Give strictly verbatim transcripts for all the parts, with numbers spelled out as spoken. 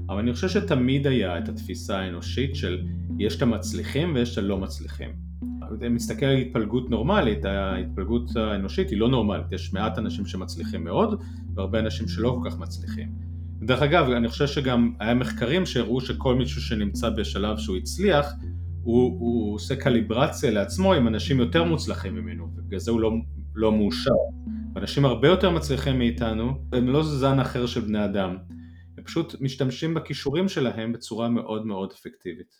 אבל אני חושב שתמיד היה את התפיסה האנושית של יש את המצליחים ויש את הלא מצליחים. אם מסתכל על התפלגות נורמלית, ההתפלגות האנושית היא לא נורמלית, יש מעט אנשים שמצליחים מאוד והרבה אנשים שלא כל כך מצליחים. דרך אגב, אני חושב שגם היה מחקרים שהראו שכל מישהו שנמצא בשלב שהוא הצליח, הוא, הוא עושה קליברציה לעצמו עם אנשים יותר מוצלחים ממנו, ובגלל זה הוא לא, לא מאושר. אנשים הרבה יותר מצליחים מאיתנו, הם לא זן אחר של בני אדם, הם פשוט משתמשים בכישורים שלהם בצורה מאוד מאוד אפקטיבית.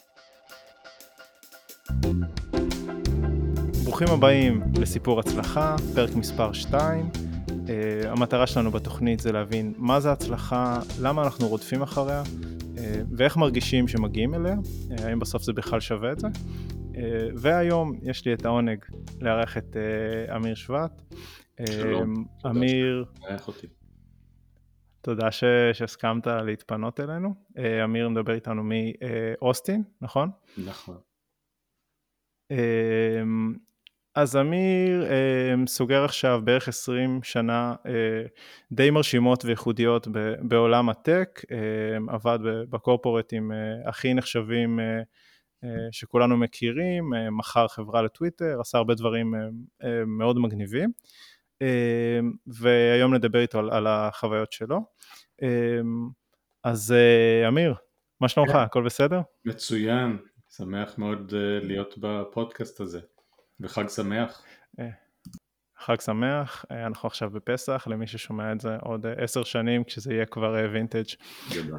ברוכים הבאים לסיפור הצלחה, פרק מספר שתיים. Uh, המטרה שלנו בתוכנית זה להבין מה זה הצלחה, למה אנחנו רודפים אחריה, uh, ואיך מרגישים שמגיעים אליה, uh, האם בסוף זה בכלל שווה את זה. Uh, והיום יש לי את העונג לארח את uh, אמיר שבט. שלום, uh, אמיר, לארח אותי. תודה ש... שהסכמת להתפנות אלינו. Uh, אמיר מדבר איתנו מאוסטין, נכון? נכון. Uh, אז אמיר אה, סוגר עכשיו בערך עשרים שנה אה, די מרשימות וייחודיות ב- בעולם הטק, אה, עבד בקורפורטים אה, הכי נחשבים אה, אה, שכולנו מכירים, אה, מכר חברה לטוויטר, עשה הרבה דברים אה, אה, מאוד מגניבים, אה, והיום נדבר איתו על, על החוויות שלו. אה, אז אה, אמיר, מה שלומך? הכל בסדר? מצוין, שמח מאוד uh, להיות בפודקאסט הזה, וחג שמח. חג שמח, אנחנו עכשיו בפסח, למי ששומע את זה עוד עשר שנים, כשזה יהיה כבר וינטג'. גדול.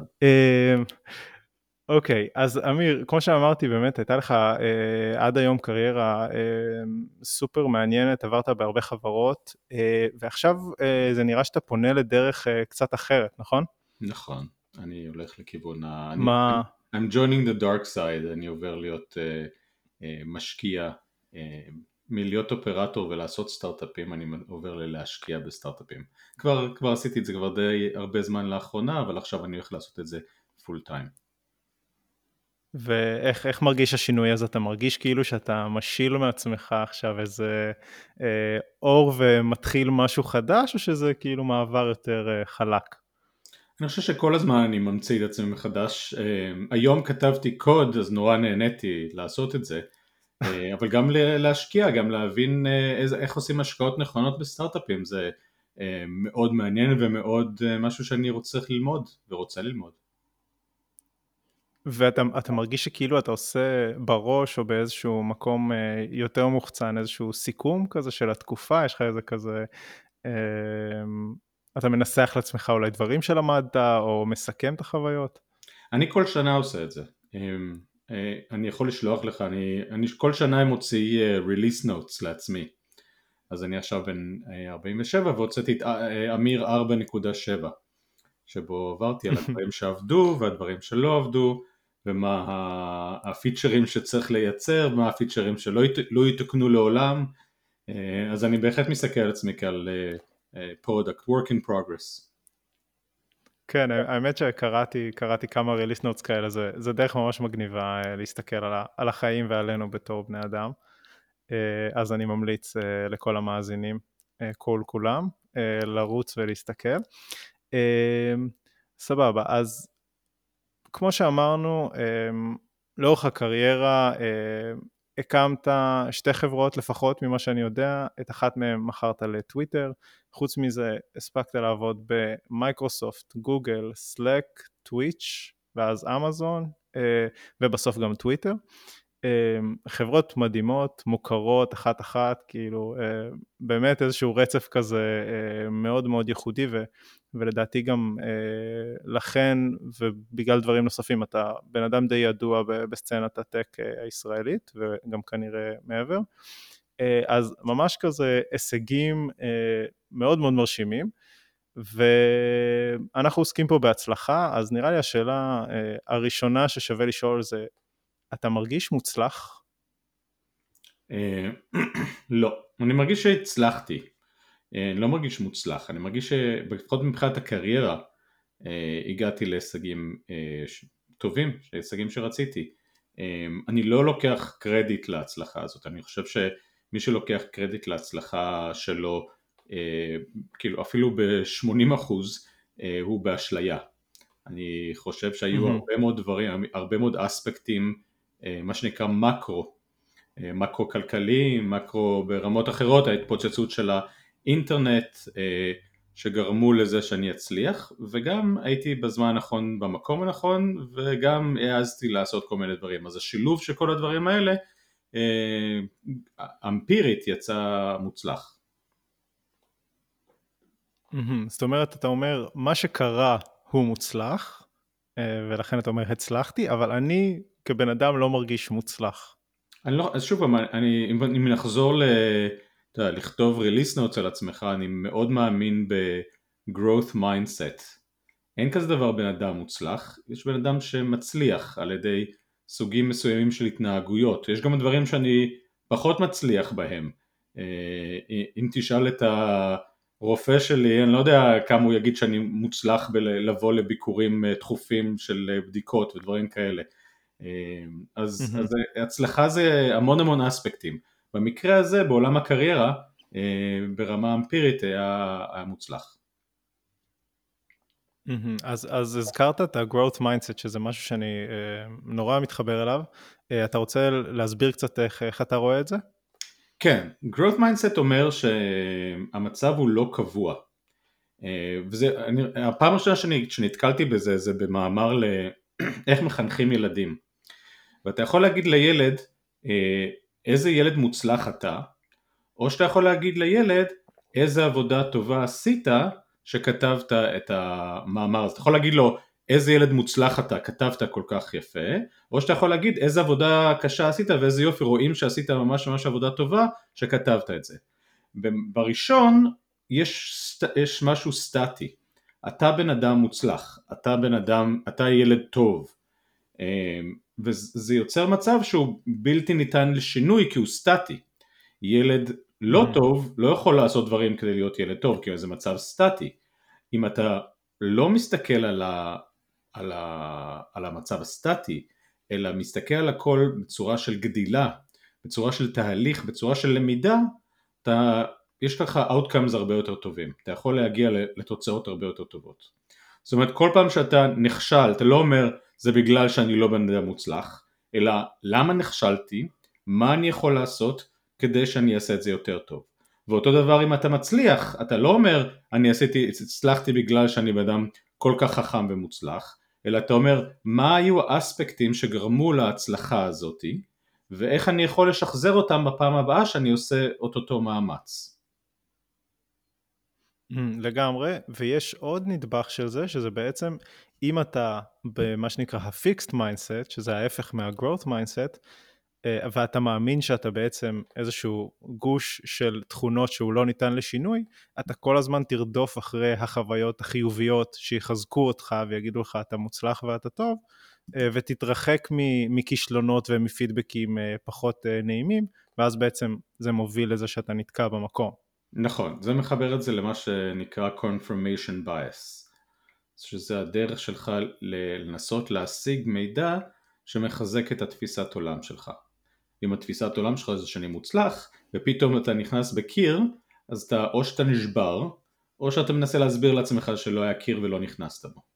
אוקיי, אז אמיר, כמו שאמרתי, באמת הייתה לך אה, עד היום קריירה אה, סופר מעניינת, עברת בהרבה חברות, אה, ועכשיו אה, זה נראה שאתה פונה לדרך אה, קצת אחרת, נכון? נכון, אני הולך לכיוון ה... מה? אני, I'm joining the dark side, אני עובר להיות uh, uh, משקיע, uh, מלהיות אופרטור ולעשות סטארט-אפים, אני עובר ללהשקיע בסטארט-אפים. כבר, כבר עשיתי את זה כבר די הרבה זמן לאחרונה, אבל עכשיו אני הולך לעשות את זה פול טיים. ואיך איך מרגיש השינוי הזה? אתה מרגיש כאילו שאתה משיל מעצמך עכשיו איזה אה, אור ומתחיל משהו חדש, או שזה כאילו מעבר יותר אה, חלק? אני חושב שכל הזמן אני ממציא את עצמי מחדש. היום כתבתי קוד, אז נורא נהניתי לעשות את זה, אבל גם להשקיע, גם להבין איזה, איך עושים השקעות נכונות בסטארט-אפים, זה מאוד מעניין ומאוד משהו שאני רוצה ללמוד ורוצה ללמוד. ואתה אתה מרגיש שכאילו אתה עושה בראש או באיזשהו מקום יותר מוחצן, איזשהו סיכום כזה של התקופה, יש לך איזה כזה, אתה מנסח לעצמך אולי דברים שלמדת או מסכם את החוויות? אני כל שנה עושה את זה. אני יכול לשלוח לך, אני, אני כל שנה מוציא release notes לעצמי. אז אני עכשיו בן ארבעים ושבע והוצאתי את אמיר ארבע נקודה שבע, שבו עברתי על הדברים שעבדו והדברים שלא עבדו, ומה הפיצ'רים שצריך לייצר, ומה הפיצ'רים שלא לא יתוקנו לעולם. אז אני בהחלט מסתכל על עצמי כעל product, work in progress. כן, האמת שקראתי קראתי כמה release notes כאלה, זה, זה דרך ממש מגניבה להסתכל על, ה, על החיים ועלינו בתור בני אדם. אז אני ממליץ לכל המאזינים, כל כולם, לרוץ ולהסתכל. סבבה, אז כמו שאמרנו, לאורך הקריירה הקמת שתי חברות לפחות ממה שאני יודע, את אחת מהן מכרת לטוויטר, חוץ מזה הספקת לעבוד במייקרוסופט, גוגל, סלק, טוויץ' ואז אמזון, ובסוף גם טוויטר. חברות מדהימות, מוכרות, אחת אחת, כאילו באמת איזשהו רצף כזה מאוד מאוד ייחודי, ו, ולדעתי גם לכן ובגלל דברים נוספים אתה בן אדם די ידוע בסצנת הטק הישראלית וגם כנראה מעבר, אז ממש כזה הישגים מאוד מאוד מרשימים, ואנחנו עוסקים פה בהצלחה, אז נראה לי השאלה הראשונה ששווה לשאול זה, אתה מרגיש מוצלח? לא, אני מרגיש שהצלחתי, אני לא מרגיש מוצלח, אני מרגיש שבפחות מבחינת הקריירה הגעתי להישגים טובים, להישגים שרציתי. אני לא לוקח קרדיט להצלחה הזאת, אני חושב שמי שלוקח קרדיט להצלחה שלו, כאילו אפילו ב-שמונים אחוז הוא באשליה. אני חושב שהיו הרבה מאוד דברים, הרבה מאוד אספקטים, מה שנקרא מקרו, מקרו כלכלי, מקרו ברמות אחרות, ההתפוצצות של האינטרנט שגרמו לזה שאני אצליח, וגם הייתי בזמן הנכון במקום הנכון, וגם העזתי לעשות כל מיני דברים. אז השילוב של כל הדברים האלה, אמפירית יצא מוצלח. זאת אומרת, אתה אומר, מה שקרה הוא מוצלח, ולכן אתה אומר, הצלחתי, אבל אני כבן אדם לא מרגיש מוצלח. אני לא, אז שוב פעם, אני, אם, אם נחזור ל, אתה יודע, לכתוב release notes על עצמך, אני מאוד מאמין ב-growth mindset. אין כזה דבר בן אדם מוצלח, יש בן אדם שמצליח על ידי סוגים מסוימים של התנהגויות. יש גם דברים שאני פחות מצליח בהם. אם תשאל את הרופא שלי, אני לא יודע כמה הוא יגיד שאני מוצלח בלבוא לביקורים תכופים של בדיקות ודברים כאלה. אז, אז הצלחה זה המון המון אספקטים. במקרה הזה, בעולם הקריירה, ברמה אמפירית היה, היה מוצלח. אז, אז הזכרת את ה-growth mindset, שזה משהו שאני נורא מתחבר אליו. אתה רוצה להסביר קצת איך, איך אתה רואה את זה? כן, growth mindset אומר שהמצב הוא לא קבוע. וזה, אני, הפעם הראשונה שאני, שנתקלתי בזה, זה במאמר לאיך מחנכים ילדים. ואתה יכול להגיד לילד, איזה ילד מוצלח אתה, או שאתה יכול להגיד לילד, איזה עבודה טובה עשית, שכתבת את המאמר הזה. אתה יכול להגיד לו, איזה ילד מוצלח אתה, כתבת כל כך יפה, או שאתה יכול להגיד, איזה עבודה קשה עשית, ואיזה יופי, רואים שעשית ממש ממש עבודה טובה, שכתבת את זה. בראשון, יש, יש משהו סטטי. אתה בן אדם מוצלח, אתה בן אדם, אתה ילד טוב, וזה יוצר מצב שהוא בלתי ניתן לשינוי, כי הוא סטטי. ילד לא טוב לא יכול לעשות דברים כדי להיות ילד טוב, כי זה מצב סטטי. אם אתה לא מסתכל על, ה, על, ה, על המצב הסטטי, אלא מסתכל על הכל בצורה של גדילה, בצורה של תהליך, בצורה של למידה, אתה, יש לך outcomes הרבה יותר טובים. אתה יכול להגיע לתוצאות הרבה יותר טובות. זאת אומרת, כל פעם שאתה נכשל, אתה לא אומר, זה בגלל שאני לא בן אדם מוצלח, אלא למה נכשלתי, מה אני יכול לעשות כדי שאני אעשה את זה יותר טוב. ואותו דבר אם אתה מצליח, אתה לא אומר אני עשיתי, הצלחתי בגלל שאני בן אדם כל כך חכם ומוצלח, אלא אתה אומר מה היו האספקטים שגרמו להצלחה הזאת, ואיך אני יכול לשחזר אותם בפעם הבאה שאני עושה אותו מאמץ. לגמרי, ויש עוד נדבך של זה, שזה בעצם אם אתה במה שנקרא ה-fixed mindset, שזה ההפך מה-growth mindset, ואתה מאמין שאתה בעצם איזשהו גוש של תכונות שהוא לא ניתן לשינוי, אתה כל הזמן תרדוף אחרי החוויות החיוביות שיחזקו אותך ויגידו לך אתה מוצלח ואתה טוב, ותתרחק מכישלונות ומפידבקים פחות נעימים, ואז בעצם זה מוביל לזה שאתה נתקע במקום. נכון, זה מחבר את זה למה שנקרא confirmation bias, שזה הדרך שלך לנסות להשיג מידע שמחזק את התפיסת עולם שלך. אם התפיסת עולם שלך זה שאני מוצלח, ופתאום אתה נכנס בקיר, אז אתה או שאתה נשבר, או שאתה מנסה להסביר לעצמך שלא היה קיר ולא נכנסת בו.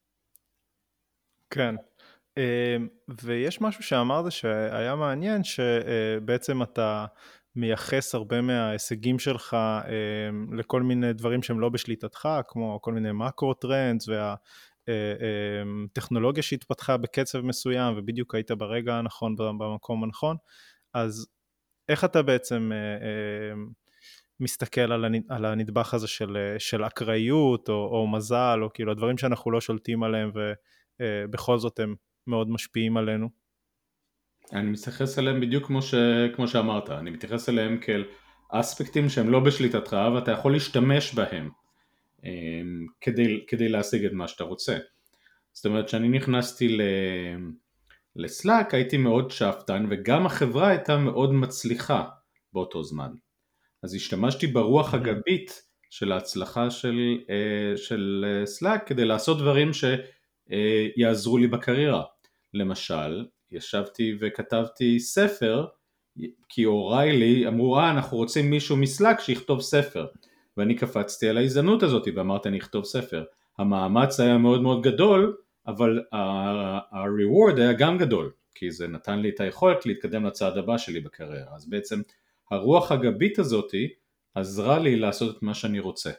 כן, ויש משהו שאמרת שהיה מעניין, שבעצם אתה מייחס הרבה מההישגים שלך לכל מיני דברים שהם לא בשליטתך, כמו כל מיני מקרו טרנדס וה... טכנולוגיה שהתפתחה בקצב מסוים ובדיוק היית ברגע הנכון במקום הנכון, אז איך אתה בעצם מסתכל על הנדבך הזה של, של אקראיות או, או מזל או כאילו הדברים שאנחנו לא שולטים עליהם ובכל זאת הם מאוד משפיעים עלינו? אני מתייחס אליהם בדיוק כמו, ש... כמו שאמרת, אני מתייחס אליהם כאל אספקטים שהם לא בשליטתך ואתה יכול להשתמש בהם כדי, כדי להשיג את מה שאתה רוצה. זאת אומרת שאני נכנסתי לסלאק הייתי מאוד שאפתן וגם החברה הייתה מאוד מצליחה באותו זמן. אז השתמשתי ברוח הגבית של ההצלחה של, של סלאק כדי לעשות דברים שיעזרו לי בקריירה. למשל, ישבתי וכתבתי ספר כי הוריי לי אמרו אה אנחנו רוצים מישהו מסלאק שיכתוב ספר. ואני קפצתי על ההזדמנות הזאת ואמרתי אני אכתוב ספר. המאמץ היה מאוד מאוד גדול אבל ה-reward היה גם גדול, כי זה נתן לי את היכולת להתקדם לצעד הבא שלי בקריירה, אז בעצם הרוח הגבית הזאת עזרה לי לעשות את מה שאני רוצה.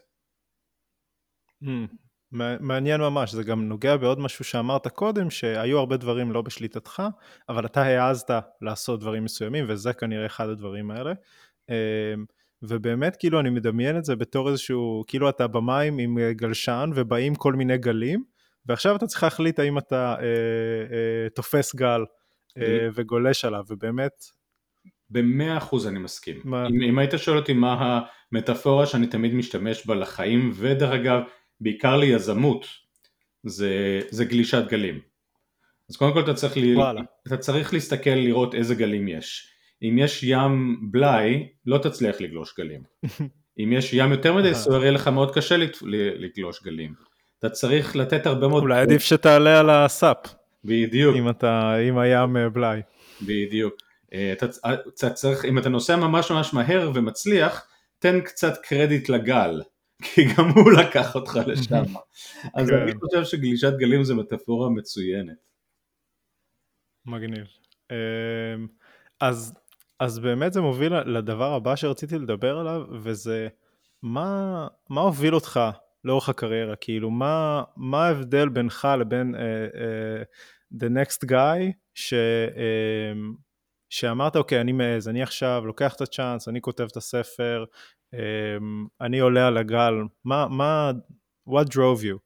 מעניין ממש, זה גם נוגע בעוד משהו שאמרת קודם, שהיו הרבה דברים לא בשליטתך, אבל אתה העזת לעשות דברים מסוימים, וזה כנראה אחד הדברים האלה. ובאמת כאילו אני מדמיין את זה בתור איזשהו, כאילו אתה במים עם גלשן ובאים כל מיני גלים, ועכשיו אתה צריך להחליט האם אתה אה, אה, תופס גל אה, וגולש עליו, ובאמת... במאה אחוז אני מסכים. אם, אם היית שואל אותי מה המטאפורה שאני תמיד משתמש בה לחיים, ודרך אגב, בעיקר ליזמות, זה, זה גלישת גלים. אז קודם כל אתה צריך, לי, אתה צריך להסתכל לראות איזה גלים יש. אם יש ים בלי, לא תצליח לגלוש גלים. אם יש ים יותר מדי סוער, יהיה לך מאוד קשה לגלוש גלים. אתה צריך לתת הרבה מאוד... אולי עדיף שתעלה על הסאפ. בדיוק. אם אתה, אם הים בלי. בדיוק. אתה, אתה צריך, אם אתה נוסע ממש ממש מהר ומצליח, תן קצת קרדיט לגל, כי גם הוא לקח אותך לשם. אז אני חושב שגלישת גלים זה מטאפורה מצוינת. מגניב. אז, אז באמת זה מוביל לדבר הבא שרציתי לדבר עליו, וזה מה, מה הוביל אותך לאורך הקריירה? כאילו, מה, מה ההבדל בינך לבין uh, uh, the next guy ש, uh, שאמרת, אוקיי, אני מעז, אני עכשיו לוקח את הצ'אנס, אני כותב את הספר, um, אני עולה על הגל, מה, מה, what drove you?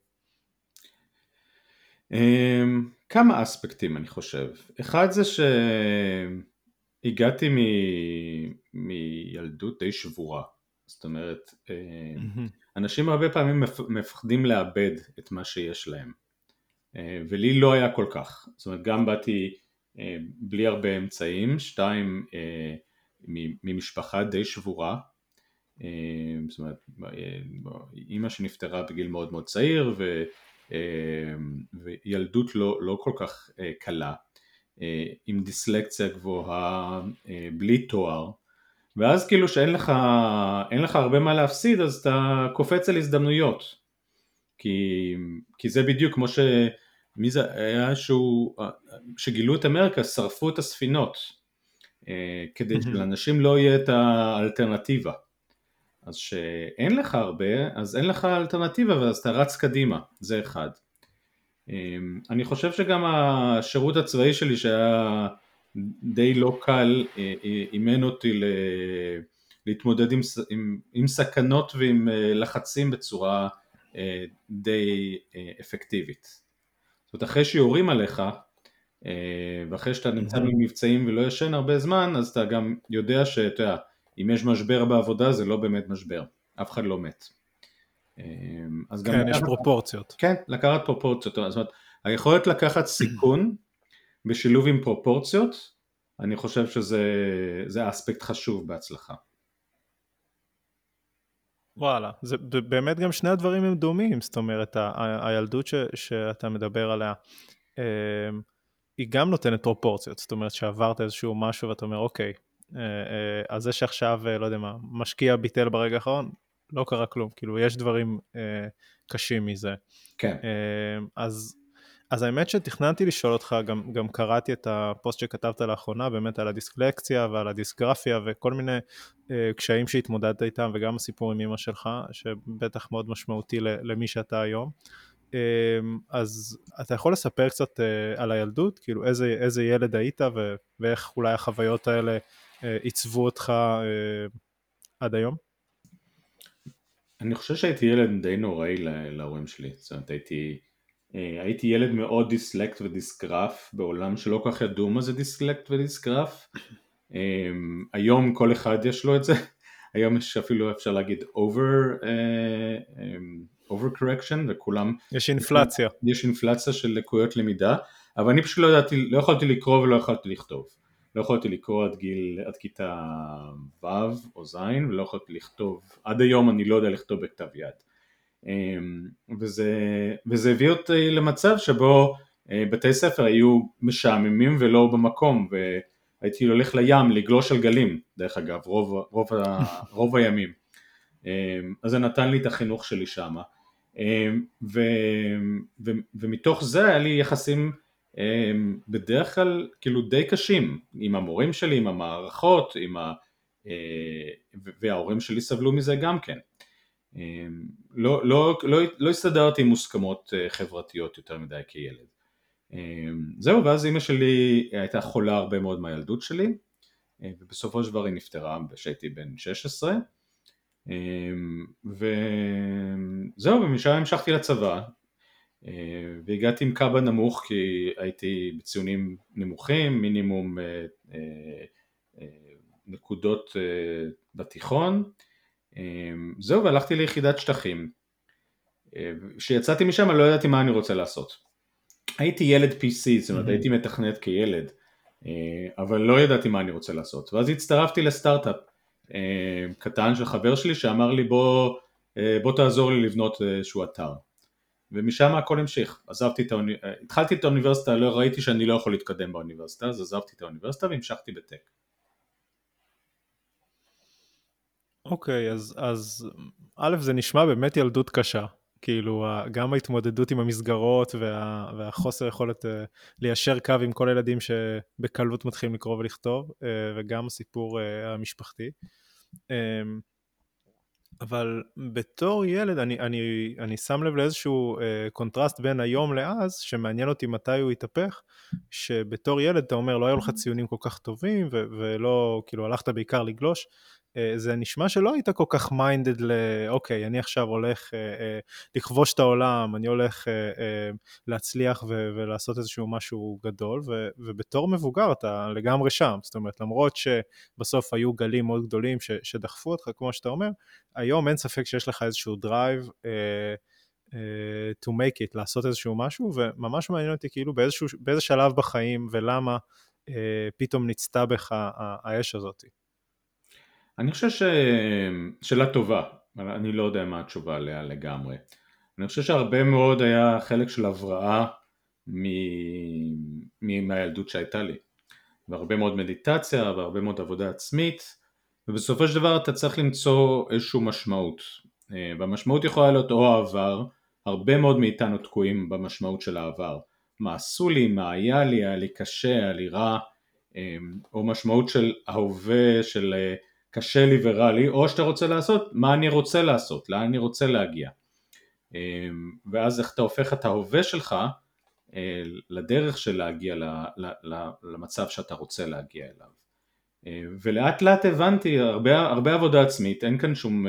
Um, כמה אספקטים אני חושב. אחד זה שהגעתי מ... מילדות די שבורה. זאת אומרת, mm-hmm. אנשים הרבה פעמים מפחדים לאבד את מה שיש להם. ולי לא היה כל כך. זאת אומרת, גם באתי בלי הרבה אמצעים, שתיים ממשפחה די שבורה. זאת אומרת, אימא שנפטרה בגיל מאוד מאוד צעיר, ו... וילדות לא, לא כל כך קלה, עם דיסלקציה גבוהה, בלי תואר, ואז כאילו שאין לך, אין לך הרבה מה להפסיד, אז אתה קופץ על הזדמנויות, כי, כי זה בדיוק כמו ש... מי זה היה שהוא, שגילו את אמריקה, שרפו את הספינות, כדי שלאנשים לא יהיה את האלטרנטיבה. אז שאין לך הרבה, אז אין לך אלטרנטיבה, ואז אתה רץ קדימה, זה אחד. אני חושב שגם השירות הצבאי שלי, שהיה די לא קל, אימן אותי להתמודד עם, עם, עם סכנות ועם לחצים בצורה די אפקטיבית. זאת אומרת, אחרי שיורים עליך, ואחרי שאתה נמצא במבצעים ולא ישן הרבה זמן, אז אתה גם יודע שאתה יודע, אם יש משבר בעבודה זה לא באמת משבר, אף אחד לא מת. אז כן, גם יש פרופורציות. כן, לקחת פרופורציות, זאת אומרת, היכולת לקחת סיכון בשילוב עם פרופורציות, אני חושב שזה אספקט חשוב בהצלחה. וואלה, זה באמת גם שני הדברים הם דומים, זאת אומרת, ה- הילדות ש- שאתה מדבר עליה, היא גם נותנת פרופורציות, זאת אומרת שעברת איזשהו משהו ואתה אומר, אוקיי, אז זה שעכשיו, לא יודע מה, משקיע ביטל ברגע האחרון, לא קרה כלום, כאילו יש דברים קשים מזה. כן. אז, אז האמת שתכננתי לשאול אותך, גם, גם קראתי את הפוסט שכתבת לאחרונה, באמת על הדיסגלקציה ועל הדיסגרפיה וכל מיני קשיים שהתמודדת איתם, וגם הסיפור עם אמא שלך, שבטח מאוד משמעותי למי שאתה היום. אז אתה יכול לספר קצת על הילדות, כאילו איזה, איזה ילד היית ו- ואיך אולי החוויות האלה עיצבו אותך עד היום? אני חושב שהייתי ילד די נוראי להורים שלי, זאת אומרת הייתי, הייתי ילד מאוד דיסלקט ודיסגרף, בעולם שלא כך ידעו מה זה דיסלקט ודיסגרף, היום כל אחד יש לו את זה, היום יש אפילו אפשר להגיד over, over correction וכולם, יש אינפלציה, יש אינפלציה של לקויות למידה, אבל אני פשוט לא ידעתי, לא יכולתי לקרוא ולא יכולתי לכתוב, לא יכולתי לקרוא עד גיל, עד כיתה ו' או ז', ולא יכולתי לכתוב, עד היום אני לא יודע לכתוב בכתב יד, וזה, וזה הביא אותי למצב שבו בתי ספר היו משעממים ולא במקום, והייתי הולך לים לגלוש על גלים, דרך אגב, רוב, רוב, רוב הימים, אז זה נתן לי את החינוך שלי שמה, ו, ו, ומתוך זה היה לי יחסים בדרך כלל כאילו די קשים עם המורים שלי, עם המערכות, עם ה, וההורים שלי סבלו מזה גם כן. לא, לא, לא, לא הסתדרתי עם מוסכמות חברתיות יותר מדי כילד. זהו, ואז אמא שלי הייתה חולה הרבה מאוד מהילדות שלי, ובסופו של דבר היא נפטרה כשהייתי בן שש עשרה, וזהו, ומשם המשכתי לצבא, והגעתי עם קב"א נמוך כי הייתי בציונים נמוכים, מינימום נקודות בתיכון, זהו, והלכתי ליחידת שטחים. כשיצאתי משם לא ידעתי מה אני רוצה לעשות. הייתי ילד פי סי, זאת אומרת הייתי מתכנת כילד, אבל לא ידעתי מה אני רוצה לעשות. ואז הצטרפתי לסטארט-אפ קטן של חבר שלי שאמר לי בוא, בוא תעזור לי לבנות איזשהו אתר. ומשם הכל המשיך. עזבתי את האוניברסיטה, התחלתי את האוניברסיטה, לא ראיתי שאני לא יכול להתקדם באוניברסיטה, אז עזבתי את האוניברסיטה והמשכתי בטק. אוקיי, אז, אז א', זה נשמע באמת ילדות קשה, כאילו גם ההתמודדות עם המסגרות וה, והחוסר יכולת ליישר קו עם כל הילדים שבקלות מתחילים לקרוא ולכתוב, וגם הסיפור המשפחתי. אבל בתור ילד אני, אני, אני שם לב לאיזשהו קונטרסט בין היום לאז, שמעניין אותי מתי הוא יתהפך, שבתור ילד אתה אומר לא היו לך ציונים כל כך טובים, ו- ולא, כאילו הלכת בעיקר לגלוש, זה נשמע שלא היית כל כך מיינדד לאוקיי, אני עכשיו הולך לכבוש את העולם, אני הולך להצליח ו- ולעשות איזשהו משהו גדול, ו- ובתור מבוגר אתה לגמרי שם, זאת אומרת למרות שבסוף היו גלים מאוד גדולים ש- שדחפו אותך כמו שאתה אומר, היום אין ספק שיש לך איזשהו דרייב uh, uh, to make it, לעשות איזשהו משהו, וממש מעניין אותי כאילו באיזשהו, באיזה שלב בחיים ולמה uh, פתאום נצתה בך האש הזאת. אני חושב ששאלה טובה, אני לא יודע מה התשובה עליה לגמרי. אני חושב שהרבה מאוד היה חלק של הבראה מ... מהילדות שהייתה לי. והרבה מאוד מדיטציה והרבה מאוד עבודה עצמית, ובסופו של דבר אתה צריך למצוא איזשהו משמעות. והמשמעות יכולה להיות או העבר, הרבה מאוד מאיתנו תקועים במשמעות של העבר. מה עשו לי, מה היה לי, היה לי קשה, היה לי רע, או משמעות של ההווה, של קשה לי ורע לי, או שאתה רוצה לעשות מה אני רוצה לעשות, לאן אני רוצה להגיע. ואז איך אתה הופך את ההווה שלך לדרך של להגיע למצב שאתה רוצה להגיע אליו. ולאט לאט הבנתי, הרבה, הרבה עבודה עצמית, אין כאן שום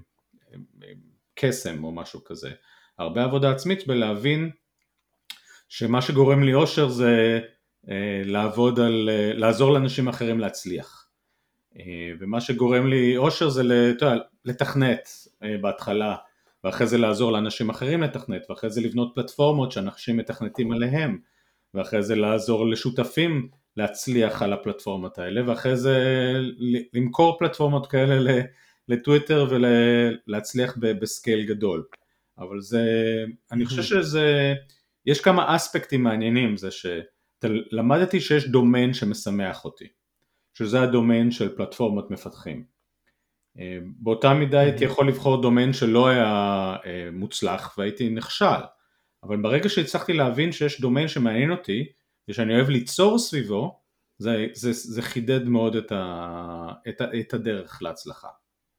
קסם או משהו כזה, הרבה עבודה עצמית בלהבין שמה שגורם לי אושר זה לעבוד על, לעזור לאנשים אחרים להצליח. ומה שגורם לי אושר זה לתכנת בהתחלה, ואחרי זה לעזור לאנשים אחרים לתכנת, ואחרי זה לבנות פלטפורמות שאנשים מתכנתים עליהם, ואחרי זה לעזור לשותפים להצליח על הפלטפורמות האלה, ואחרי זה למכור פלטפורמות כאלה לטוויטר ולהצליח בסקייל גדול. אבל זה, אני חושב שזה, יש כמה אספקטים מעניינים, זה שלמדתי שיש דומיין שמשמח אותי, שזה הדומיין של פלטפורמות מפתחים. באותה מידה הייתי יכול לבחור דומיין שלא היה מוצלח והייתי נכשל, אבל ברגע שהצלחתי להבין שיש דומיין שמעניין אותי ושאני אוהב ליצור סביבו, זה, זה, זה חידד מאוד את, ה, את, ה, את הדרך להצלחה.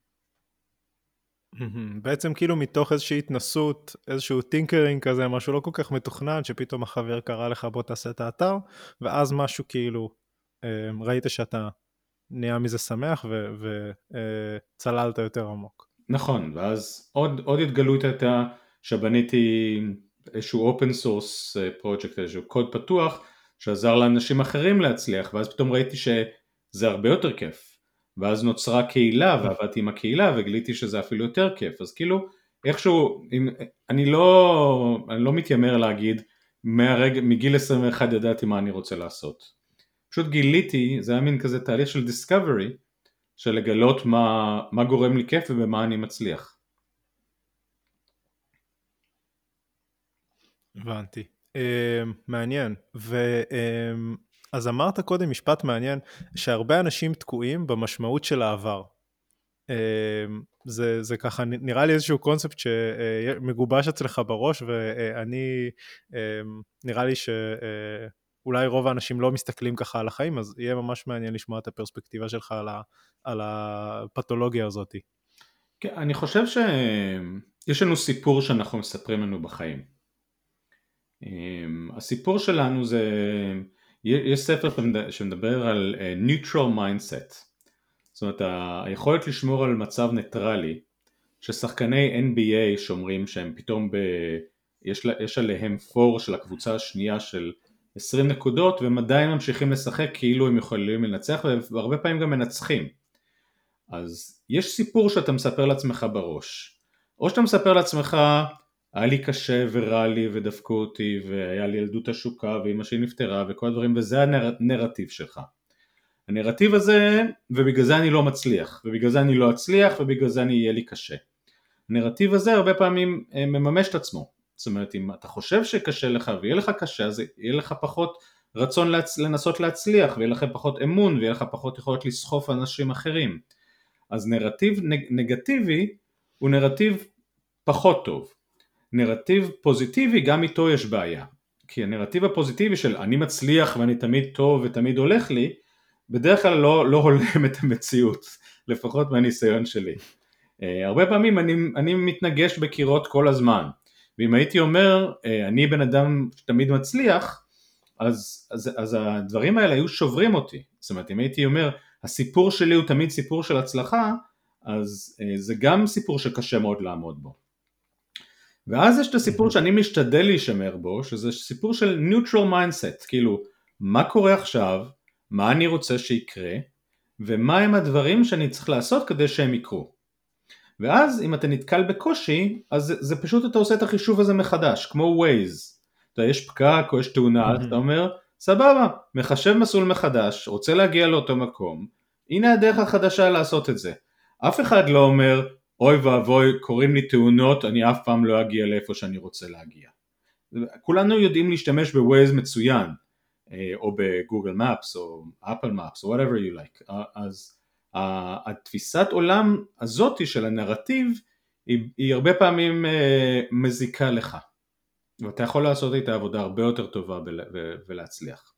בעצם כאילו מתוך איזושהי התנסות, איזשהו טינקרינג כזה, משהו לא כל כך מתוכנן, שפתאום החבר קרא לך בוא תעשה את האתר, ואז משהו כאילו, ראית שאתה נהיה מזה שמח וצללת יותר עמוק. נכון, ואז עוד, עוד התגלות הייתה שבניתי איזשהו open source project, איזשהו קוד פתוח, שעזר לאנשים אחרים להצליח, ואז פתאום ראיתי שזה הרבה יותר כיף. ואז נוצרה קהילה ועבדתי עם הקהילה וגיליתי שזה אפילו יותר כיף, אז כאילו איכשהו, אני לא, אני לא מתיימר להגיד מהרגע, מגיל עשרים ואחת ידעתי מה אני רוצה לעשות, פשוט גיליתי, זה היה מין כזה תהליך של discovery, של לגלות מה, מה גורם לי כיף ובמה אני מצליח. הבנתי, מעניין. אז אמרת קודם משפט מעניין, שהרבה אנשים תקועים במשמעות של העבר. זה, זה ככה, נראה לי איזשהו קונספט שמגובש אצלך בראש, ואני, נראה לי שאולי רוב האנשים לא מסתכלים ככה על החיים, אז יהיה ממש מעניין לשמוע את הפרספקטיבה שלך על, ה, על הפתולוגיה הזאת. כן, אני חושב שיש לנו סיפור שאנחנו מספרים לנו בחיים. הסיפור שלנו זה, יש ספר שמדבר על neutral mindset, זאת אומרת היכולת לשמור על מצב ניטרלי, ששחקני אן בי איי שאומרים שהם פתאום ב... יש, לה, יש עליהם פור של הקבוצה השנייה של עשרים נקודות והם עדיין ממשיכים לשחק כאילו הם יכולים לנצח והרבה פעמים גם מנצחים. אז יש סיפור שאתה מספר לעצמך בראש, או שאתה מספר לעצמך היה לי קשה ורע לי ודפקו אותי והיה לי ילדות השוקה ואמא שלי נפטרה וכל הדברים, וזה הנרטיב שלך. הנרטיב הזה, ובגלל זה אני לא מצליח, ובגלל זה אני לא אצליח, ובגלל זה אני יהיה לי קשה. הנרטיב הזה הרבה פעמים מממש את עצמו. זאת אומרת, אם אתה חושב שקשה לך ויהיה לך קשה, אז יהיה לך פחות רצון להצ... לנסות להצליח, ויהיה לך פחות אמון, ויהיה לך פחות יכולת לסחוף אנשים אחרים. אז נרטיב נג... נגטיבי הוא נרטיב פחות טוב. נרטיב פוזיטיבי גם איתו יש בעיה. כי הנרטיב הפוזיטיבי של אני מצליח ואני תמיד טוב ותמיד הולך לי, בדרך כלל לא, לא הולם את המציאות, לפחות מהניסיון שלי. Uh, הרבה פעמים אני, אני מתנגש בקירות כל הזמן, ואם הייתי אומר, uh, אני בן אדם שתמיד מצליח, אז, אז, אז הדברים האלה היו שוברים אותי. זאת אומרת, אם הייתי אומר, הסיפור שלי הוא תמיד סיפור של הצלחה, אז uh, זה גם סיפור שקשה מאוד לעמוד בו. ואז יש את הסיפור שאני משתדל להישמר בו, שזה סיפור של neutral mindset, כאילו, מה קורה עכשיו, מה אני רוצה שיקרה, ומה הם הדברים שאני צריך לעשות כדי שהם יקרו. ואז אם אתה נתקל בקושי, אז זה, זה פשוט אתה עושה את החישוב הזה מחדש, כמו Waze. אתה יש פקק או יש תאונה, mm-hmm. אתה אומר, סבבה, מחשב מסלול מחדש, רוצה להגיע לאותו מקום, הנה הדרך החדשה לעשות את זה. אף אחד לא אומר, אוי ואבוי, קוראים לי תאונות, אני אף פעם לא אגיע לאיפה שאני רוצה להגיע. כולנו יודעים להשתמש ב-Waze מצוין, או בגוגל מפס, או אפל מפס, או whatever you like. אז התפיסת עולם הזאת של הנרטיב, היא, היא הרבה פעמים מזיקה לך. ואתה יכול לעשות איתה עבודה הרבה יותר טובה ולהצליח.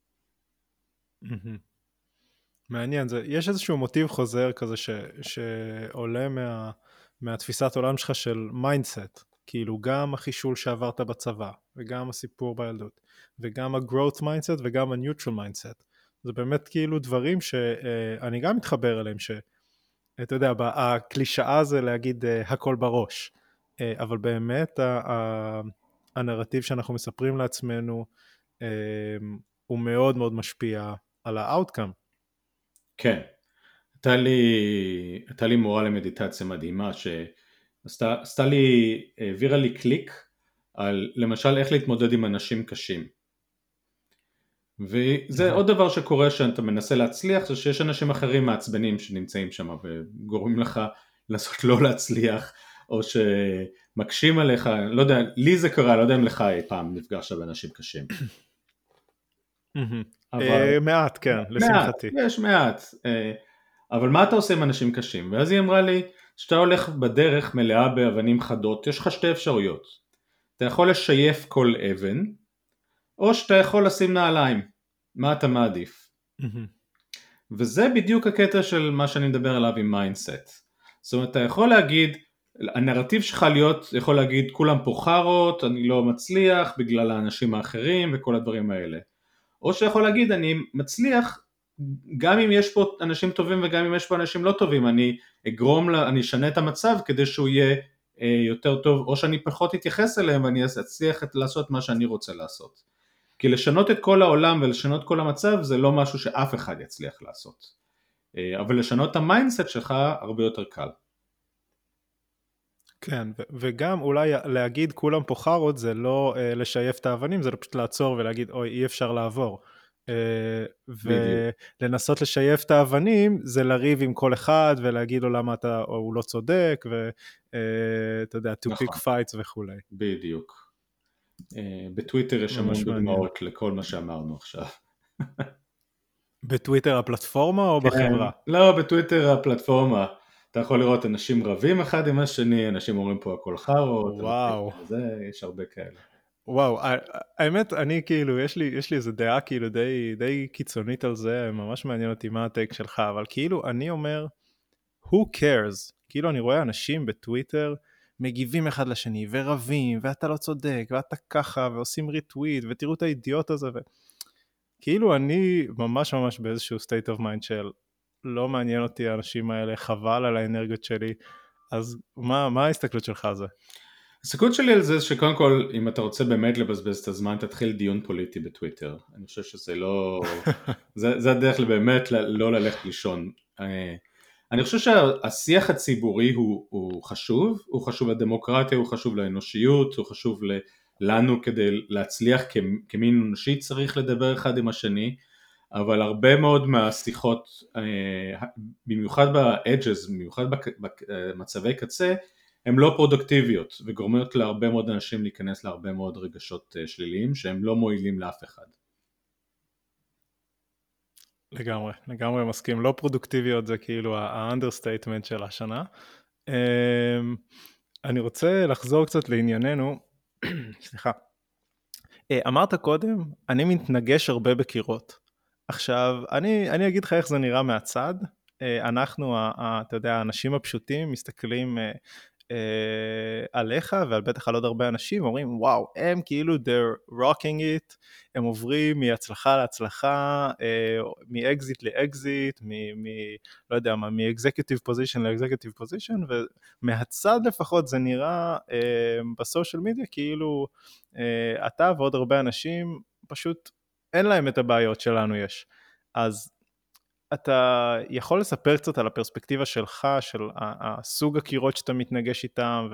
מעניין, זה, יש איזשהו מוטיב חוזר כזה ש, שעולה מה, מהתפיסת עולם שלך של מיינדסט, כאילו גם החישול שעברת בצבא, וגם הסיפור בילדות, וגם ה-growth mindset וגם ה-neutral mindset. זה באמת כאילו דברים שאני גם מתחבר אליהם, שאתה יודע, הקלישאה זה להגיד הכל בראש, אבל באמת הנרטיב שאנחנו מספרים לעצמנו, הוא מאוד מאוד משפיע על ה-outcome. כן, הייתה לי, הייתה לי מורה למדיטציה מדהימה שעשתה לי, העבירה לי קליק על למשל איך להתמודד עם אנשים קשים. וזה עוד דבר שקורה שאתה מנסה להצליח, זה שיש אנשים אחרים מעצבנים שנמצאים שם וגורמים לך לנסות לא להצליח, או שמקשים עליך, לא יודע, לי זה קרה, לא יודע אם לך אי פעם נפגשת באנשים קשים. אבל... מעט, כן, לשמחתי. יש מעט, אבל מה אתה עושה עם אנשים קשים? ואז היא אמרה לי, שאתה הולך בדרך מלאה באבנים חדות, יש לך שתי אפשרויות. אתה יכול לשייף כל אבן, או שאתה יכול לשים נעליים. מה אתה מעדיף? וזה בדיוק הקטע של מה שאני מדבר עליו עם מיינדסט. זאת אומרת, אתה יכול להגיד, הנרטיב שלך להיות, יכול להגיד, כולם פה חרות, אני לא מצליח בגלל האנשים האחרים וכל הדברים האלה. או שיכול להגיד, אני מצליח, גם אם יש פה אנשים טובים וגם אם יש פה אנשים לא טובים, אני אגרום, לה, אני אשנה את המצב כדי שהוא יהיה אה, יותר טוב, או שאני פחות אתייחס אליהם ואני אצליח לעשות מה שאני רוצה לעשות. כי לשנות את כל העולם ולשנות כל המצב זה לא משהו שאף אחד יצליח לעשות. אה, אבל לשנות את המיינדסט שלך הרבה יותר קל. כן, ו- וגם אולי להגיד כולם פה חרות זה לא אה, לשייף את האבנים, זה לא פשוט לעצור ולהגיד אוי אי אפשר לעבור. ולנסות לשייף את האבנים זה לריב עם כל אחד ולהגיד לו למה אתה, או הוא לא צודק, ואתה יודע, to pick fights וכולי. בדיוק. בטוויטר יש המון דוגמאות לכל מה שאמרנו עכשיו. בטוויטר הפלטפורמה או בחברה? לא, בטוויטר הפלטפורמה. אתה יכול לראות אנשים רבים אחד עם השני, אנשים אומרים פה הכל חארות, וואו. זה, יש הרבה כאלה. וואו, האמת, אני כאילו, יש לי, יש לי איזו דעה כאילו די, די קיצונית על זה, ממש מעניין אותי מה הטייק שלך, אבל כאילו אני אומר, who cares? כאילו אני רואה אנשים בטוויטר, מגיבים אחד לשני, ורבים, ואתה לא צודק, ואתה ככה, ועושים ריטוויט, ותראו את האידיוט הזה, ו... כאילו אני ממש ממש באיזשהו state of mind של, לא מעניין אותי האנשים האלה, חבל על האנרגיות שלי, אז מה, מה ההסתכלות שלך על זה? הסתכלות שלי על זה שקודם כל, אם אתה רוצה באמת לבזבז את הזמן, תתחיל דיון פוליטי בטוויטר. אני חושב שזה לא... זה, זה הדרך באמת לא ללכת לישון. אני חושב שהשיח הציבורי הוא, הוא חשוב, הוא חשוב לדמוקרטיה, הוא חשוב לאנושיות, הוא חשוב לנו כדי להצליח כמין אנושי, צריך לדבר אחד עם השני, אבל הרבה מאוד מהשיחות, במיוחד ב-edges, במיוחד במצבי קצה, הן לא פרודוקטיביות וגורמות להרבה מאוד אנשים להיכנס להרבה מאוד רגשות שליליים שהם לא מועילים לאף אחד. לגמרי, לגמרי מסכים. לא פרודוקטיביות זה כאילו ה-understatement של השנה. אני רוצה לחזור קצת לענייננו. סליחה. אמרת קודם, אני מתנגש הרבה בקירות. עכשיו, אני, אני אגיד לך איך זה נראה מהצד. אנחנו, אתה יודע, האנשים הפשוטים מסתכלים עליך ועל בטח על עוד הרבה אנשים, אומרים וואו, הם כאילו they're rocking it, הם עוברים מהצלחה להצלחה, מאקזיט לאקזיט, מ, לא יודע מה, מ-executive position ל-executive position, ומהצד לפחות זה נראה בסושיאל מדיה כאילו אתה ועוד הרבה אנשים פשוט אין להם את הבעיות שלנו יש. אז אתה יכול לספר קצת על הפרספקטיבה שלך, של הסוג הקירות שאתה מתנגש איתם,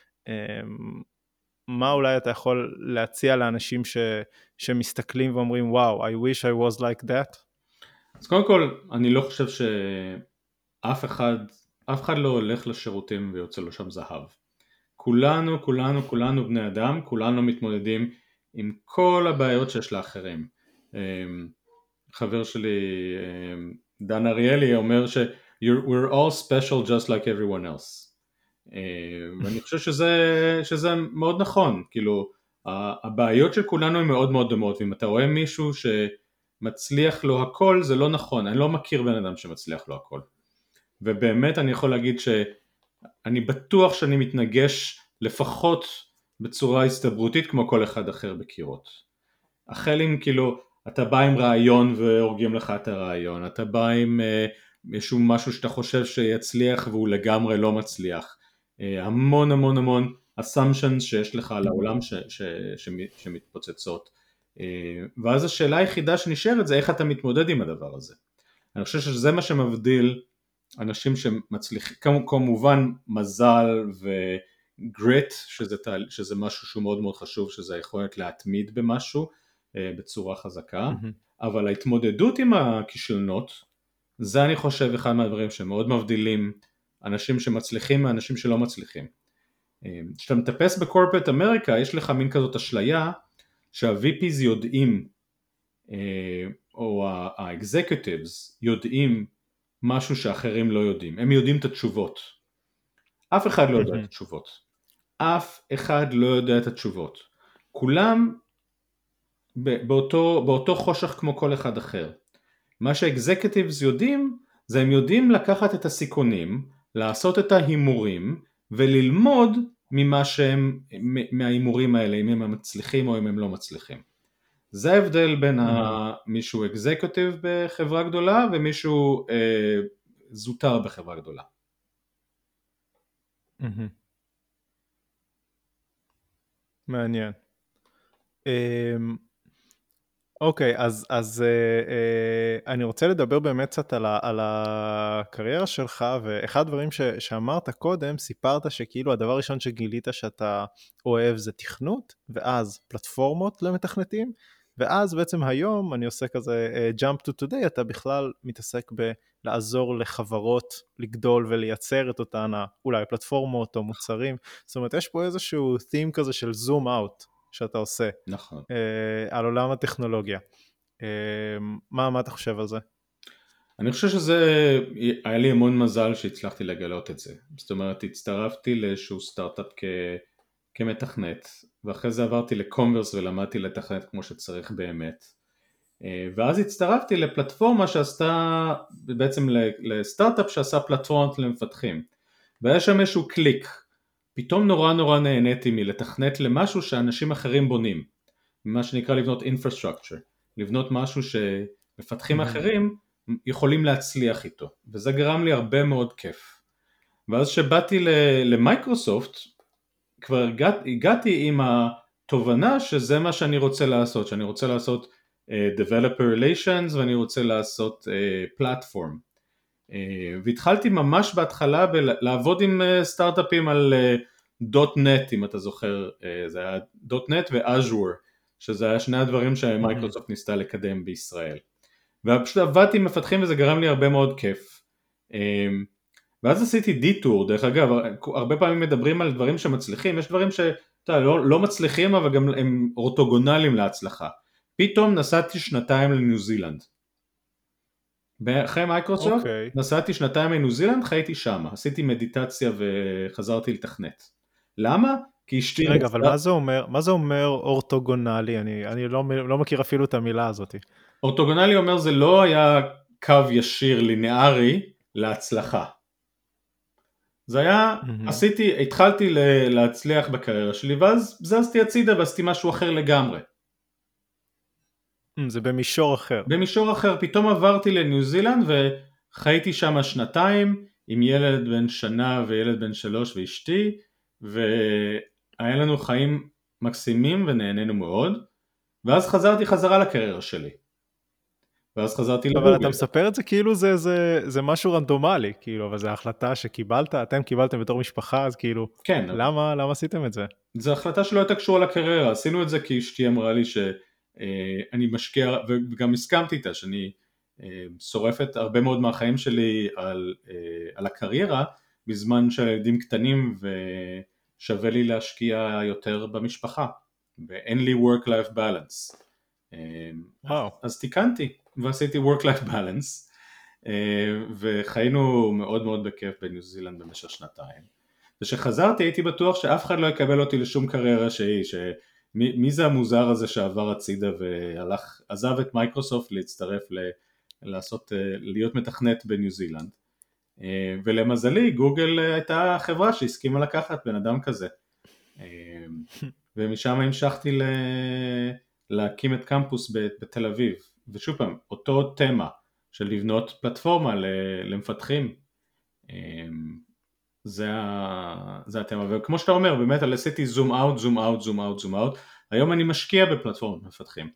ומה אולי אתה יכול להציע לאנשים ש, שמסתכלים ואומרים, וואו, I wish I was like that? אז קודם כל, אני לא חושב שאף אחד, אף אחד לא הולך לשירותים ויוצא לו שם זהב. כולנו, כולנו, כולנו בני אדם, כולנו מתמודדים עם כל הבעיות שיש לאחרים. חבר שלי, דן אריאלי, אומר ש- we're all special just like everyone else. ואני חושב שזה, שזה מאוד נכון, כאילו, הבעיות של כולנו הן מאוד מאוד דומות, ואם אתה רואה מישהו שמצליח לו הכל, זה לא נכון, אני לא מכיר בן אדם שמצליח לו הכל. ובאמת אני יכול להגיד שאני בטוח שאני מתנגש לפחות בצורה הסתברותית כמו כל אחד אחר בקירות. החל עם כאילו, אתה בא עם רעיון והורגים לך את הרעיון, אתה בא עם משהו, משהו שאתה חושב שיצליח והוא לגמרי לא מצליח, המון המון המון assumptions שיש לך על העולם ש, ש, ש, שמתפוצצות, ואז השאלה היחידה שנשארת זה איך אתה מתמודד עם הדבר הזה. אני חושב שזה מה שמבדיל אנשים שמצליחים, כמובן מזל וגריט, שזה, שזה משהו שהוא מאוד מאוד חשוב, שזה היכולת להתמיד במשהו בצורה חזקה, mm-hmm. אבל ההתמודדות עם הכישלונות, זה אני חושב אחד מהדברים שמאוד מבדילים אנשים שמצליחים מאנשים שלא מצליחים. כשאתה מטפס בקורפרט אמריקה, יש לך מין כזאת אשליה שה-וי פי'ס יודעים, או ה-executives יודעים משהו שאחרים לא יודעים, הם יודעים את התשובות. אף אחד לא יודע את התשובות. אף אחד לא יודע את התשובות. כולם באותו, באותו חושך כמו כל אחד אחר. מה שהאקזקטיבס יודעים, זה הם יודעים לקחת את הסיכונים, לעשות את ההימורים, וללמוד ממה שהם, מההימורים האלה, אם הם מצליחים או אם הם לא מצליחים. זה ההבדל בין מישהו אקזקטיב בחברה גדולה, ומישהו אה, זוטר בחברה גדולה. מעניין. אוקיי, אז, אז אה, אה, אני רוצה לדבר באמת קצת על, ה, על הקריירה שלך, ואחד הדברים ש, שאמרת קודם, סיפרת שכאילו הדבר הראשון שגילית שאתה אוהב זה תכנות, ואז פלטפורמות למתכנתים, ואז בעצם היום אני עושה כזה uh, jump to today, אתה בכלל מתעסק בלעזור לחברות לגדול ולייצר את אותן אולי פלטפורמות או מוצרים, זאת אומרת יש פה איזשהו theme כזה של zoom out, שאתה עושה, נכון. על עולם הטכנולוגיה. מה, מה אתה חושב על זה? אני חושב שזה, היה לי המון מזל שהצלחתי לגלות את זה. זאת אומרת, הצטרפתי לאיזשהו סטארט-אפ כ... כמתכנת, ואחרי זה עברתי לקומברס ולמדתי לתכנת כמו שצריך באמת. ואז הצטרפתי לפלטפורמה שעשתה, בעצם לסטארט-אפ שעשה פלטפורמות למפתחים. והיה שם איזשהו קליק. פתאום נורא נורא נהניתי מלתכנת למשהו שאנשים אחרים בונים. מה שנקרא לבנות infrastructure. לבנות משהו שמפתחים אחרים יכולים להצליח איתו. וזה גרם לי הרבה מאוד כיף. ואז שבאתי למייקרוסופט, כבר הגעתי, הגעתי עם התובנה שזה מה שאני רוצה לעשות. שאני רוצה לעשות uh, developer relations ואני רוצה לעשות uh, platform. Uh, והתחלתי ממש בהתחלה לעבוד עם uh, סטארט-אפים על דוט uh, נט, אם אתה זוכר, uh, זה היה דוט נט ואז'ור, שזה היה שני הדברים שמייקרוסופט ניסתה לקדם בישראל. ופשוט עבדתי עם מפתחים וזה גרם לי הרבה מאוד כיף. Um, ואז עשיתי דיטור, דרך אגב, הרבה פעמים מדברים על דברים שמצליחים, יש דברים שאתה לא, לא מצליחים אבל גם הם אורתוגונליים להצלחה. פתאום נסעתי שנתיים לניו זילנד. אחרי מייקרוסופט, okay. נסעתי שנתיים לניו זילנד, חייתי שם, עשיתי מדיטציה וחזרתי לתכנת. למה? כי אשתי... רגע, אבל מה זה אומר, מה זה אומר אורתוגונלי? אני, אני לא, לא מכיר אפילו את המילה הזאת. אורתוגונלי אומר זה לא היה קו ישיר לינארי להצלחה. זה היה, mm-hmm. עשיתי, התחלתי להצליח בקריירה שלי, ואז זזתי הצידה ועשיתי משהו אחר לגמרי. זה במישור אחר. במישור אחר, פתאום עברתי לניו זילנד וחייתי שם שנתיים עם ילד בן שנה וילד בן שלוש ואשתי, והיה לנו חיים מקסימים ונהנינו מאוד, ואז חזרתי חזרה לקריירה שלי. ואז חזרתי לגוגל. אבל אתה מספר את זה כאילו זה, זה, זה משהו רנדומלי, כאילו, אבל זו החלטה שקיבלת, אתם קיבלתם בתור משפחה, אז כאילו, כן, למה, למה עשיתם את זה? זו החלטה שלא הייתה קשורה לקריירה, עשינו את זה כי אשתי אמרה לי שאני משקיע, וגם הסכמתי איתה, שאני שורפת הרבה מאוד מהחיים שלי על, על הקריירה, בזמן שהילדים קטנים ושווה לי להשקיע יותר במשפחה, ואין לי work-life balance. וואו. אז תיקנתי ועשיתי work-life balance, וחיינו מאוד מאוד בכיף בניו זילנד במשך שנתיים. ושחזרתי הייתי בטוח שאף אחד לא יקבל אותי לשום קריירה שהיא, שמי, מי זה המוזר הזה שעבר הצידה והלך, עזב את מייקרוסופט להצטרף ל, לעשות, להיות מתכנת בניו זילנד. ולמזלי גוגל הייתה חברה שהסכימה לקחת בן אדם כזה. ומשם המשכתי ל... להקים את קמפוס בתל אביב, ושוב פעם, אותו תמה של לבנות פלטפורמה למפתחים, זה, ה... זה התמה, וכמו שאתה אומר, באמת עשיתי זום אאוט, זום אאוט, זום אאוט, זום אאוט, היום אני משקיע בפלטפורמות מפתחים.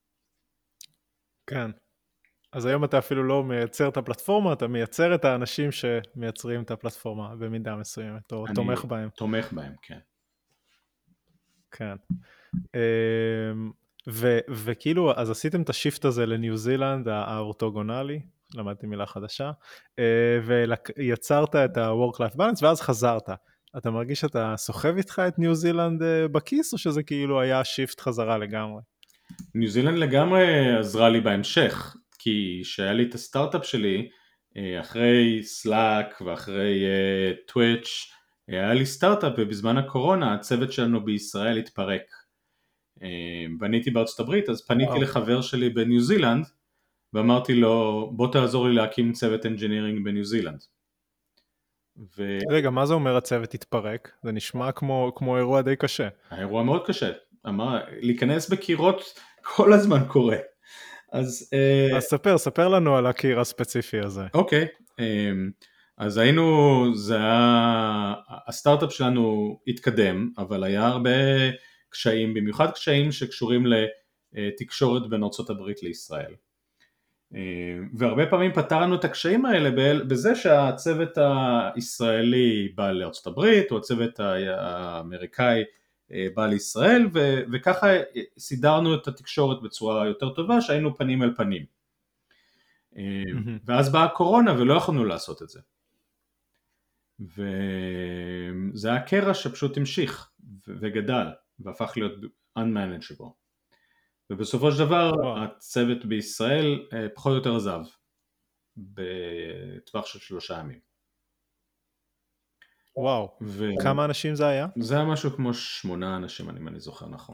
כן, אז היום אתה אפילו לא מייצר את הפלטפורמה, אתה מייצר את האנשים שמייצרים את הפלטפורמה במידה מסוימת, או תומך בהם. תומך בהם, כן. כן. ו- וכאילו, אז עשיתם את השיפט הזה לניו זילנד, האורתוגונלי, למדתי מילה חדשה, ויצרת את ה-work-life balance, ואז חזרת. אתה מרגיש שאתה סוחב איתך את ניו זילנד בכיס, או שזה כאילו היה שיפט חזרה לגמרי? ניו זילנד לגמרי עזרה לי בהמשך, כי שהיה לי את הסטארט-אפ שלי, אחרי סלאק ואחרי טוויץ', היה לי סטארט-אפ, ובזמן הקורונה הצוות שלנו בישראל התפרק. ואני הייתי בארצות הברית, אז פניתי oh. לחבר שלי בניו זילנד, ואמרתי לו, בוא תעזור לי להקים צוות אנג'ינירינג בניו זילנד. ו... רגע, מה זה אומר הצוות התפרק? זה נשמע כמו, כמו אירוע די קשה. האירוע מאוד קשה. אמר, להיכנס בקירות כל הזמן קורה. אז... אז ספר, ספר לנו על הקיר הספציפי הזה. אוקיי. אז היינו, זה היה, הסטארט-אפ שלנו התקדם, אבל היה הרבה קשיים, במיוחד קשיים שקשורים לתקשורת בין ארצות הברית לישראל. והרבה פעמים פתרנו את הקשיים האלה בזה שהצוות הישראלי בא לארצות הברית, או הצוות האמריקאי בא לישראל, וככה סידרנו את התקשורת בצורה יותר טובה, שהיינו פנים אל פנים. ואז באה הקורונה ולא יכולנו לעשות את זה. וזה היה קרע שפשוט המשיך וגדל, והפך להיות unmanageable. ובסופו של דבר הצוות בישראל פחות או יותר עזב. בטווח של שלושה ימים. וואו, ו... כמה אנשים זה היה? זה היה משהו כמו שמונה אנשים, אני, אני זוכר נכון.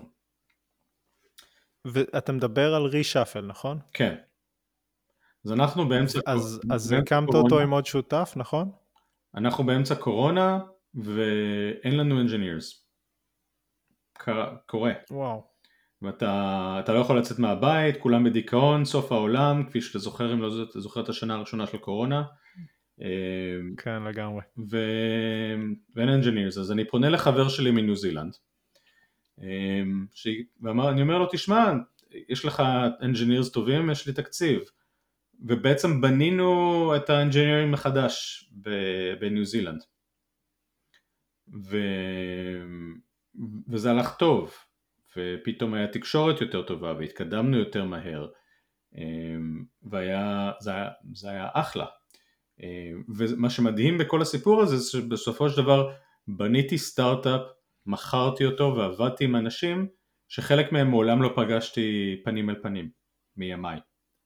ואתה מדבר על רישאפל, נכון? כן. אז אנחנו באמצע, אז, אז באמצע הקמת קורונה, אותו עם עוד שותף, נכון? אנחנו באמצע קורונה ואין לנו engineers. קורה. וואו. ואתה אתה לא יכול לצאת מהבית, כולם בדיכאון, סוף העולם, כפי שאתה זוכר, אם לא זוכר את השנה הראשונה של קורונה. כן, לגמרי. ו... ואין engineers, אז אני פונה לחבר שלי מניו זילנד, ש... ואני אומר לו, תשמע, יש לך engineers טובים, יש לי תקציב. ובעצם בנינו את האנג'ינירים מחדש בניו זילנד. ו... וזה הלך טוב. ופתאום היה תקשורת יותר טובה והתקדמנו יותר מהר, והיה, זה היה, זה היה אחלה. ומה שמדהים בכל הסיפור הזה זה שבסופו של דבר בניתי סטארט-אפ, מכרתי אותו ועבדתי עם אנשים שחלק מהם מעולם לא פגשתי פנים אל פנים מימיי.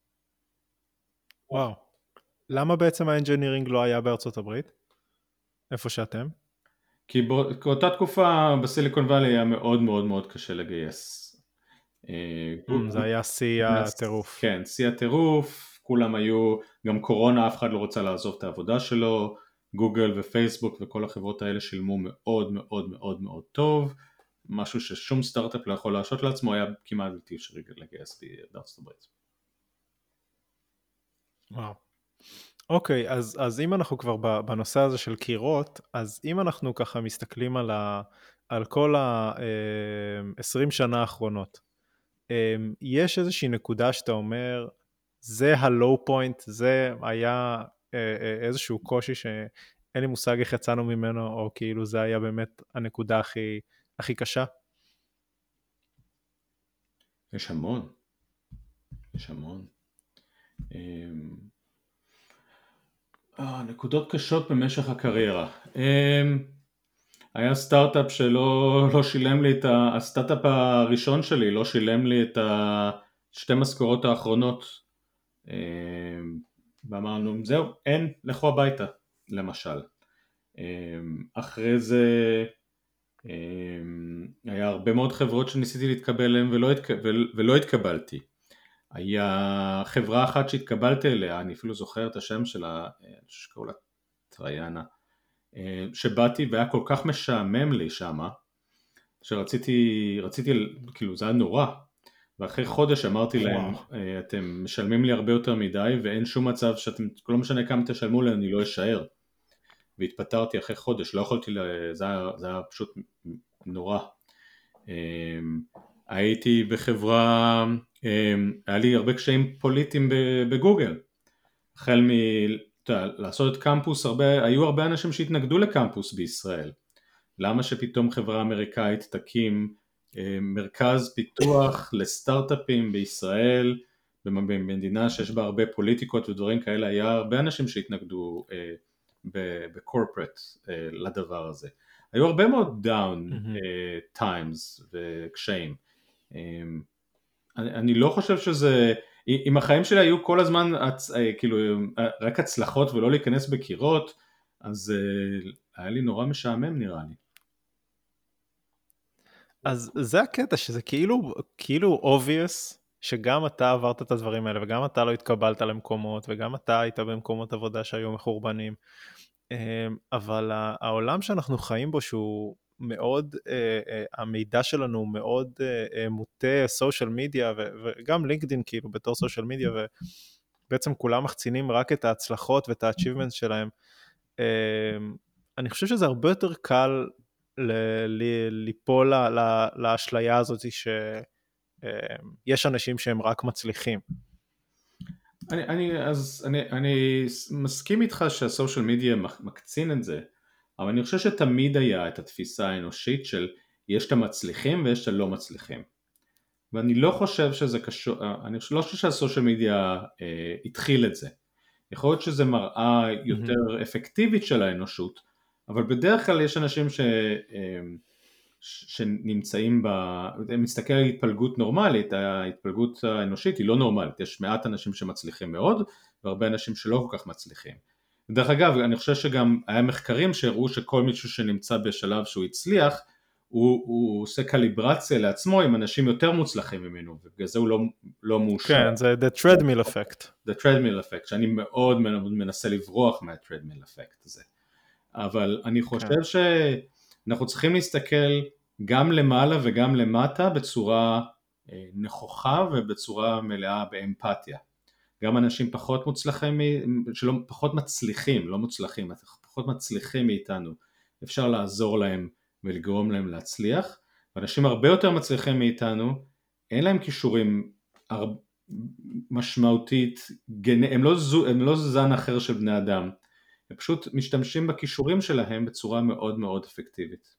וואו. למה בעצם האנג'ינירינג לא היה בארצות הברית? איפה שאתם? כי באותה תקופה בסיליקון ואלי היה מאוד מאוד מאוד קשה לגייס. זה היה שיא הטירוף. כן, שיא הטירוף, כולם היו, גם קורונה, אף אחד לא רוצה לעזוב את העבודה שלו, גוגל ופייסבוק וכל החברות האלה שילמו מאוד מאוד מאוד מאוד טוב, משהו ששום סטארט-אפ לא יכול להרשות לעצמו, היה כמעט בלתי אפשרי לגייס בארצות הברית. וואו. אוקיי, אז, אז אם אנחנו כבר בנושא הזה של קירות, אז אם אנחנו ככה מסתכלים על, ה, על כל ה-עשרים שנה האחרונות, יש איזושהי נקודה שאתה אומר, זה הלואו פוינט, זה היה איזשהו קושי שאין לי מושג איך יצאנו ממנו, או כאילו זה היה באמת הנקודה הכי, הכי קשה? יש המון, יש המון. נקודות קשות במשך הקריירה. היה סטארט-אפ שלא לא שילם לי את ה... הסטארט-אפ הראשון שלי לא שילם לי את השתי משכורות האחרונות. ואמרנו, זהו, אין, לכו הביתה, למשל. אחרי זה היה הרבה מאוד חברות שניסיתי להתקבל אליהן ולא, התק... ולא התקבלתי. היה חברה אחת שהתקבלתי אליה, אני אפילו זוכר את השם שלה, שקראו לה טריינה, שבאתי והיה כל כך משעמם לי שמה, שרציתי, רציתי, כאילו זה היה נורא, ואחרי חודש אמרתי להם, אתם משלמים לי הרבה יותר מדי, ואין שום מצב שאתם, לא משנה כמה תשלמו לי, אני לא אשאר, והתפטרתי אחרי חודש, לא יכולתי, זה היה, זה היה פשוט נורא. הייתי בחברה, היה לי הרבה קשיים פוליטיים בגוגל, החל מ... לעשות את קמפוס, הרבה, היו הרבה אנשים שהתנגדו לקמפוס בישראל. למה שפתאום חברה אמריקאית תקים מרכז פיתוח לסטארט-אפים בישראל, במדינה שיש בה הרבה פוליטיקות ודברים כאלה, היה הרבה אנשים שהתנגדו בקורפרט לדבר הזה. היו הרבה מאוד דאון טיימס וקשיים. אני, אני לא חושב שזה, אם החיים שלי היו כל הזמן כאילו רק הצלחות ולא להיכנס בקירות, אז היה לי נורא משעמם נראה לי. אז זה הקטע שזה כאילו כאילו obvious שגם אתה עברת את הדברים האלה וגם אתה לא התקבלת למקומות וגם אתה היית במקומות עבודה שהיו מחורבנים, אבל העולם שאנחנו חיים בו שהוא מאוד, המידע שלנו מאוד מוטה סושיאל מדיה וגם לינקדין כאילו בתור סושיאל מדיה, ובעצם כולם מחצינים רק את ההצלחות ואת ה-achievements שלהם. אני חושב שזה הרבה יותר קל ליפול לאשליה הזאת שיש אנשים שהם רק מצליחים. אני, אני, אז אני, אני מסכים איתך שהסושיאל מדיה מקצין את זה, אבל אני חושב שתמיד היה את התפיסה האנושית של יש את המצליחים ויש את הלא מצליחים. ואני לא חושב שזה קשור, אני לא חושב שהסושיאל מדיה אה, התחיל את זה. יכול להיות שזה מראה יותר mm-hmm. אפקטיבית של האנושות, אבל בדרך כלל יש אנשים ש... אה, שנמצאים ב... אני מסתכל על התפלגות נורמלית, ההתפלגות האנושית היא לא נורמלית, יש מעט אנשים שמצליחים מאוד והרבה אנשים שלא כל כך מצליחים. דרך אגב, אני חושב שגם היה מחקרים שהראו שכל מישהו שנמצא בשלב שהוא הצליח, הוא, הוא עושה קליברציה לעצמו עם אנשים יותר מוצלחים ממנו, ובגלל זה הוא לא, לא מאושר. כן, זה the treadmill effect. The treadmill effect, שאני מאוד מנסה לברוח מה-treadmill effect הזה. אבל אני חושב כן. שאנחנו צריכים להסתכל גם למעלה וגם למטה בצורה נכוחה ובצורה מלאה באמפתיה. גם אנשים פחות מוצלחים, שלא, פחות מצליחים, לא מוצלחים, פחות מצליחים מאיתנו, אפשר לעזור להם ולגרום להם להצליח, ואנשים הרבה יותר מצליחים מאיתנו, אין להם כישורים הר... משמעותית, הם לא, זו, הם לא זן אחר של בני אדם, הם פשוט משתמשים בכישורים שלהם בצורה מאוד מאוד אפקטיבית.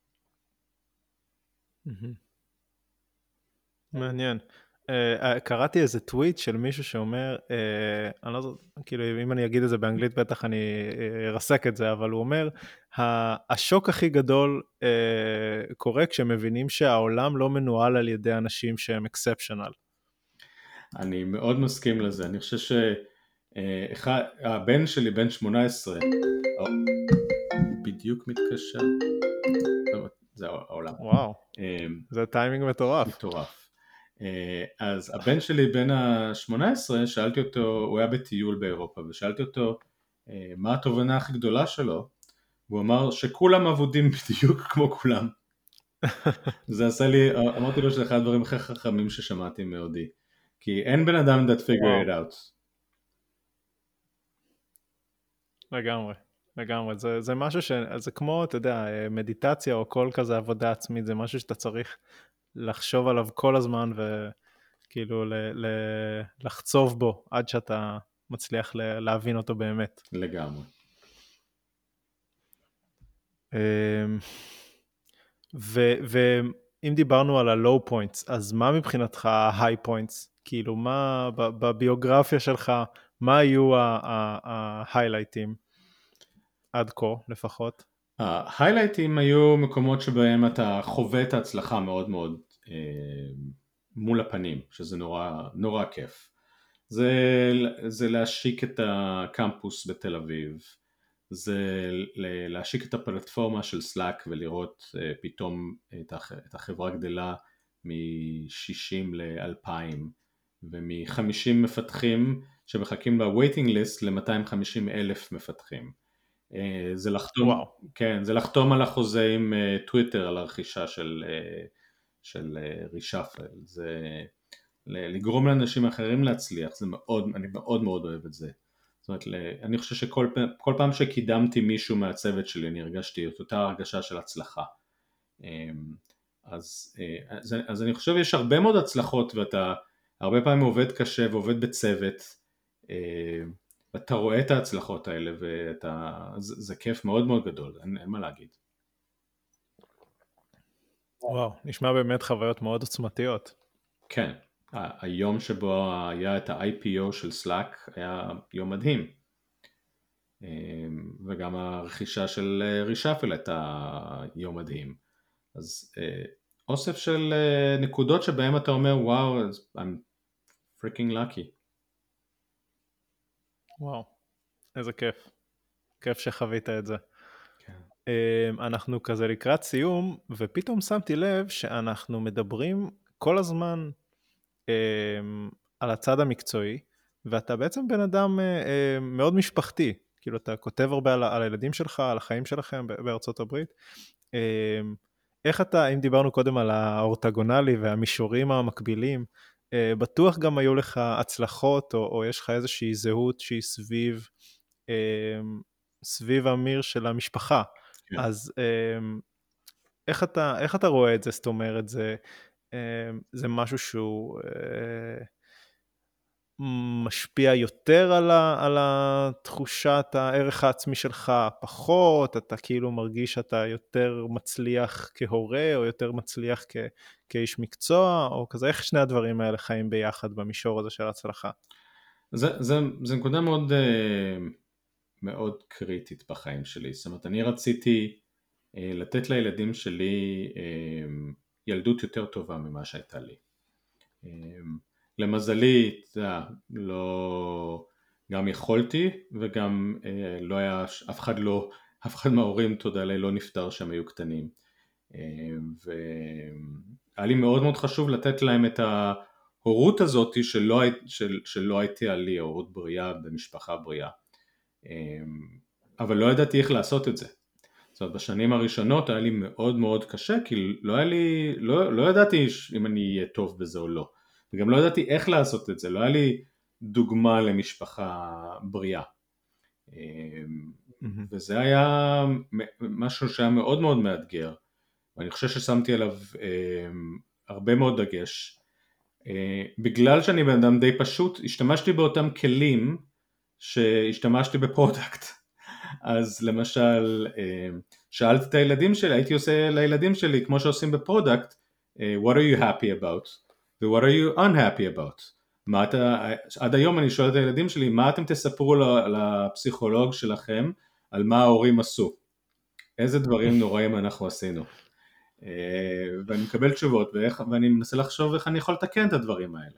מעניין. Uh, קראתי איזה טוויט של מישהו שאומר, uh, אני לא, כאילו אם אני אגיד את זה באנגלית בטח אני ארסק את זה, אבל הוא אומר, השוק הכי גדול uh, קורה כשמבינים שהעולם לא מנוהל על ידי אנשים שהם אקספשנל. אני מאוד מסכים לזה, אני חושב שהבן שלי בן שמונה עשרה, בדיוק מתקשר, זה העולם. וואו, זה טיימינג מטורף. מטורף. אז הבן שלי בן ה-שמונה עשרה, שאלתי אותו, הוא היה בטיול באירופה, ושאלתי אותו מה התובנה הכי גדולה שלו, והוא אמר שכולם עבודים בדיוק כמו כולם. זה עשה לי, אמרתי לו שזה אחד הדברים הכי חכמים ששמעתי מעודי, כי אין בן אדם that figure it out. לגמרי, לגמרי, זה, זה משהו ש... זה כמו, אתה יודע, מדיטציה או כל כזה עבודה עצמית, זה משהו שאתה צריך לחשוב עליו כל הזמן וכאילו ל, ל, לחצוב בו עד שאתה מצליח ל, להבין אותו באמת. לגמרי. ואם דיברנו על ה-low points, אז מה מבחינתך ה-high points? כאילו מה בביוגרפיה שלך, מה היו ה-highlightים עד כה לפחות? ה-highlightים היו מקומות שבהם אתה חווה את ההצלחה מאוד מאוד מול הפנים, שזה נורא, נורא כיף. זה, זה להשיק את הקמפוס בתל אביב, זה להשיק את הפלטפורמה של Slack ולראות פתאום את החברה גדלה מ-שישים ל-אלפיים ומ-חמישים מפתחים שמחכים ל-waiting list ל-מאתיים וחמישים אלף מפתחים. זה לחתום, וואו. כן, זה לחתום על החוזה עם טוויטר על הרכישה של, של רישאפל, זה לגרום לאנשים אחרים להצליח, זה מאוד, אני מאוד מאוד אוהב את זה. זאת אומרת, אני חושב שכל כל פעם שקידמתי מישהו מהצוות שלי, אני הרגשתי את אותה הרגשה של הצלחה. אז, אז, אז אני חושב יש הרבה מאוד הצלחות, ואתה הרבה פעמים עובד קשה ועובד בצוות, ואתה רואה את ההצלחות האלה, ואתה, זה, זה כיף מאוד מאוד גדול, אין, אין מה להגיד. וואו, נשמע באמת חוויות מאוד עוצמתיות. כן. היום שבו היה את ה-איי פי או של Slack היה יום מדהים, וגם הרכישה של רישאפל הייתה יום מדהים, אז אוסף של נקודות שבהם אתה אומר וואו, I'm freaking lucky. וואו, איזה כיף, כיף שחווית את זה. כן. אנחנו כזה לקראת סיום, ופתאום שמתי לב שאנחנו מדברים כל הזמן על הצד המקצועי, ואתה בעצם בן אדם מאוד משפחתי, כאילו אתה כותב הרבה על, על הילדים שלך, על החיים שלכם בארצות הברית. איך אתה, אם דיברנו קודם על האורטגונלי והמישורים המקבילים, בטוח גם היו לך הצלחות, או, או יש לך איזושהי זהות שהיא סביב, סביב המיר של המשפחה. כן. אז איך אתה, איך אתה רואה את זה? זאת אומרת, זה... זה משהו שהוא משפיע יותר על, ה, על התחושת הערך העצמי שלך, פחות, אתה כאילו מרגיש שאתה יותר מצליח כהורה, או יותר מצליח כ, כאיש מקצוע, או כזה, איך שני הדברים האלה חיים ביחד במישור הזה של הצלחה? זה, זה, זה נקודה מאוד, מאוד קריטית בחיים שלי, זאת אומרת, אני רציתי לתת לילדים שלי ילדות יותר טובה ממה שהייתה לי. למזלי, לא, גם יכולתי וגם לא היה, אף אחד לא, אף אחד מההורים, תודה לי, לא נפטר שהם היו קטנים. והיה לי מאוד מאוד חשוב לתת להם את ההורות הזאת שלא, של, שלא הייתי עלי, הורות בריאה במשפחה בריאה. אבל לא ידעתי איך לעשות את זה. זאת אומרת, בשנים הראשונות היה לי מאוד מאוד קשה, כי לא היה לי, לא, לא ידעתי אם אני אהיה טוב בזה או לא. וגם לא ידעתי איך לעשות את זה, לא היה לי דוגמה למשפחה בריאה. וזה היה משהו שהיה מאוד מאוד מאתגר, ואני חושב ששמתי עליו הרבה מאוד דגש. בגלל שאני בן אדם די פשוט, השתמשתי באותם כלים שהשתמשתי בפרודקט. אז למשל, שאלתי את הילדים שלי, הייתי עושה לילדים שלי כמו שעושים בפרודקט, what are you happy about? ו-what are you unhappy about? מה אתה, עד היום אני שואל את הילדים שלי, מה אתם תספרו לפסיכולוג שלכם על מה ההורים עשו? איזה דברים נוראים אנחנו עשינו? ואני מקבל תשובות, ואיך, ואני מנסה לחשוב איך אני יכול לתקן את הדברים האלה.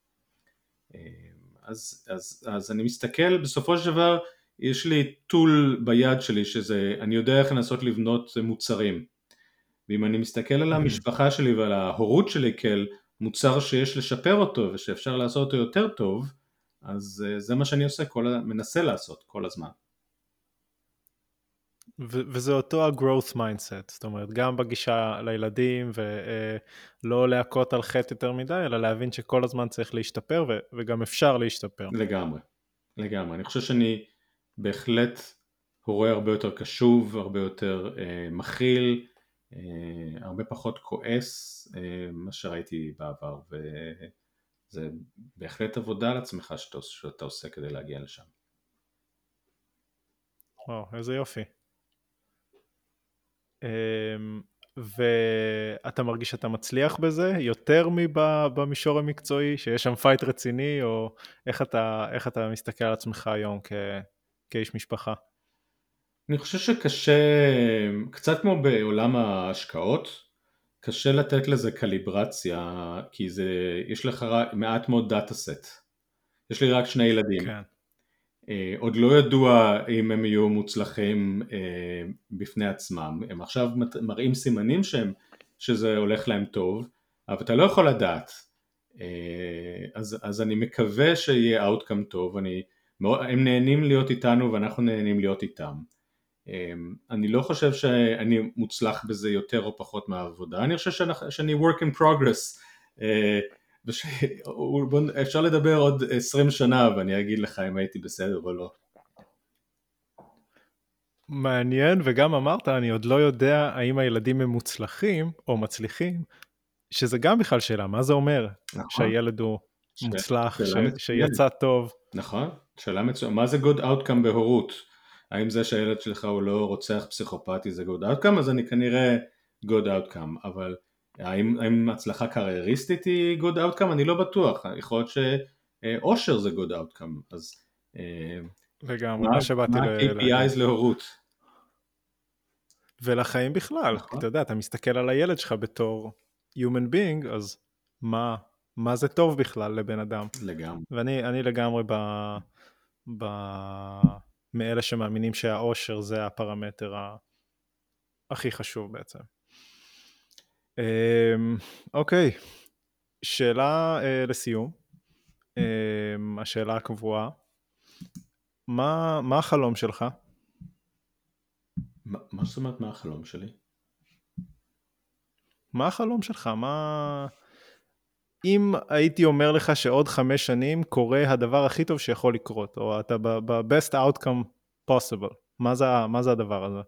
אז, אז, אז אני מסתכל, בסופו של דבר, יש לי טול ביד שלי שזה, אני יודע איך לנסות לבנות מוצרים. ואם אני מסתכל על המשפחה שלי ועל ההורות שלי כאל מוצר שיש לשפר אותו ושאפשר לעשות אותו יותר טוב, אז זה מה שאני עושה, כל, מנסה לעשות כל הזמן. ו- וזה אותו ה-growth mindset, זאת אומרת, גם בגישה לילדים ולא להכות על חטא יותר מדי, אלא להבין שכל הזמן צריך להשתפר ו- וגם אפשר להשתפר. לגמרי, לגמרי. אני חושב שאני בהחלט הורה הרבה יותר קשוב, הרבה יותר אה, מכיל, אה, הרבה פחות כועס, אה, מה שראיתי בעבר, וזה בהחלט עבודה על עצמך שאתה, שאתה עושה כדי להגיע לשם. וואו, איזה יופי. ואתה מרגיש שאתה מצליח בזה יותר מבמישור המקצועי, שיש שם פייט רציני, או איך אתה, איך אתה מסתכל על עצמך היום כ, כאיש משפחה? אני חושב שקשה, קצת כמו בעולם ההשקעות, קשה לתת לזה קליברציה, כי זה, יש לך מעט מאוד דאטה סט. יש לי רק שני ילדים. כן. עוד לא ידוע אם הם יהיו מוצלחים בפני עצמם, הם עכשיו מראים סימנים שהם, שזה הולך להם טוב, אבל אתה לא יכול לדעת, אז, אז אני מקווה שיהיה outcome טוב, אני, הם נהנים להיות איתנו ואנחנו נהנים להיות איתם, אני לא חושב שאני מוצלח בזה יותר או פחות מהעבודה, אני חושב שאני, שאני work in progress, וש... אפשר לדבר עוד עשרים שנה ואני אגיד לך אם הייתי בסדר או לא. מעניין, וגם אמרת, אני עוד לא יודע האם הילדים הם מוצלחים או מצליחים, שזה גם בכלל שאלה, מה זה אומר? נכון. שהילד הוא ש... מוצלח, ש... שיצא טוב. נכון, שאלה מצוינת, מה זה good outcome בהורות? האם זה שהילד שלך הוא לא רוצח פסיכופתי זה good outcome? אז אני כנראה good outcome, אבל האם, האם הצלחה קרייריסטית היא good outcome? אני לא בטוח, יכול להיות שאושר זה good outcome, אז לגמרי, מה שבאתי מה ה-K P Is להורות? ולחיים בכלל, נכון. אתה יודע, אתה מסתכל על הילד שלך בתור human being, אז מה, מה זה טוב בכלל לבן אדם? לגמרי. ואני אני לגמרי ב, ב, מאלה שמאמינים שהאושר זה הפרמטר ה, הכי חשוב בעצם. אוקיי, שאלה לסיום, השאלה הקבועה, מה, מה החלום שלך? מה, מה זאת אומרת מה החלום שלי? מה החלום שלך? מה... אם הייתי אומר לך שעוד חמש שנים קורה הדבר הכי טוב שיכול לקרות, או אתה ב-best outcome possible, מה זה, מה זה הדבר הזה?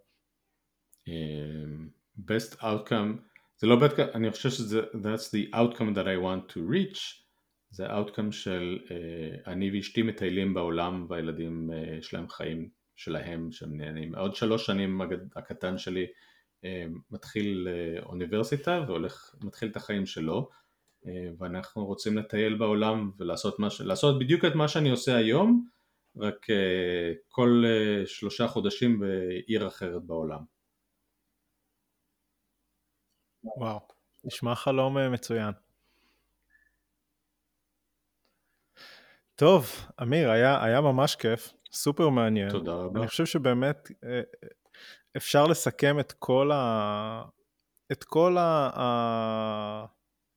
best outcome, זה לא best, אני חושב שזה, that's the outcome that I want to reach, זה outcome של uh, אני ואשתי מטיילים בעולם והילדים uh, יש להם חיים שלהם שהם נהנים. עוד שלוש שנים הקטן שלי uh, מתחיל uh, אוניברסיטה והולך, מתחיל את החיים שלו, uh, ואנחנו רוצים לטייל בעולם ולעשות מה, לעשות בדיוק את מה שאני עושה היום, רק uh, כל uh, שלושה חודשים בעיר אחרת בעולם. וואו, נשמע חלום מצוין. טוב, אמיר, היה, היה ממש כיף, סופר מעניין. תודה רבה. אני חושב שבאמת אפשר לסכם את כל ה... את כל ה...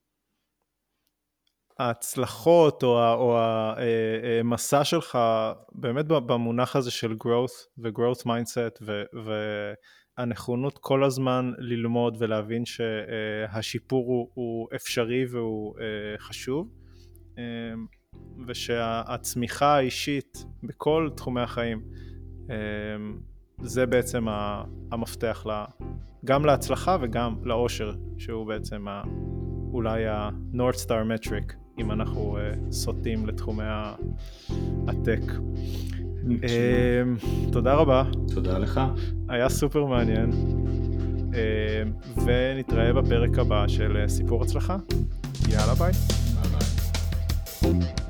ההצלחות או, ה... או המסע שלך באמת במונח הזה של growth ו-growth mindset ו... והנכונות כל הזמן ללמוד ולהבין שהשיפור הוא, הוא אפשרי והוא חשוב. ושהצמיחה האישית בכל תחומי החיים זה בעצם המפתח לה, גם להצלחה וגם לאושר, שהוא בעצם ה, אולי ה-North Star Metric, אם אנחנו סוטים לתחומי הטק. תודה רבה. תודה לך. היה סופר מעניין. ונתראה בפרק הבא של סיפור הצלחה. יאללה ביי. ביי ביי.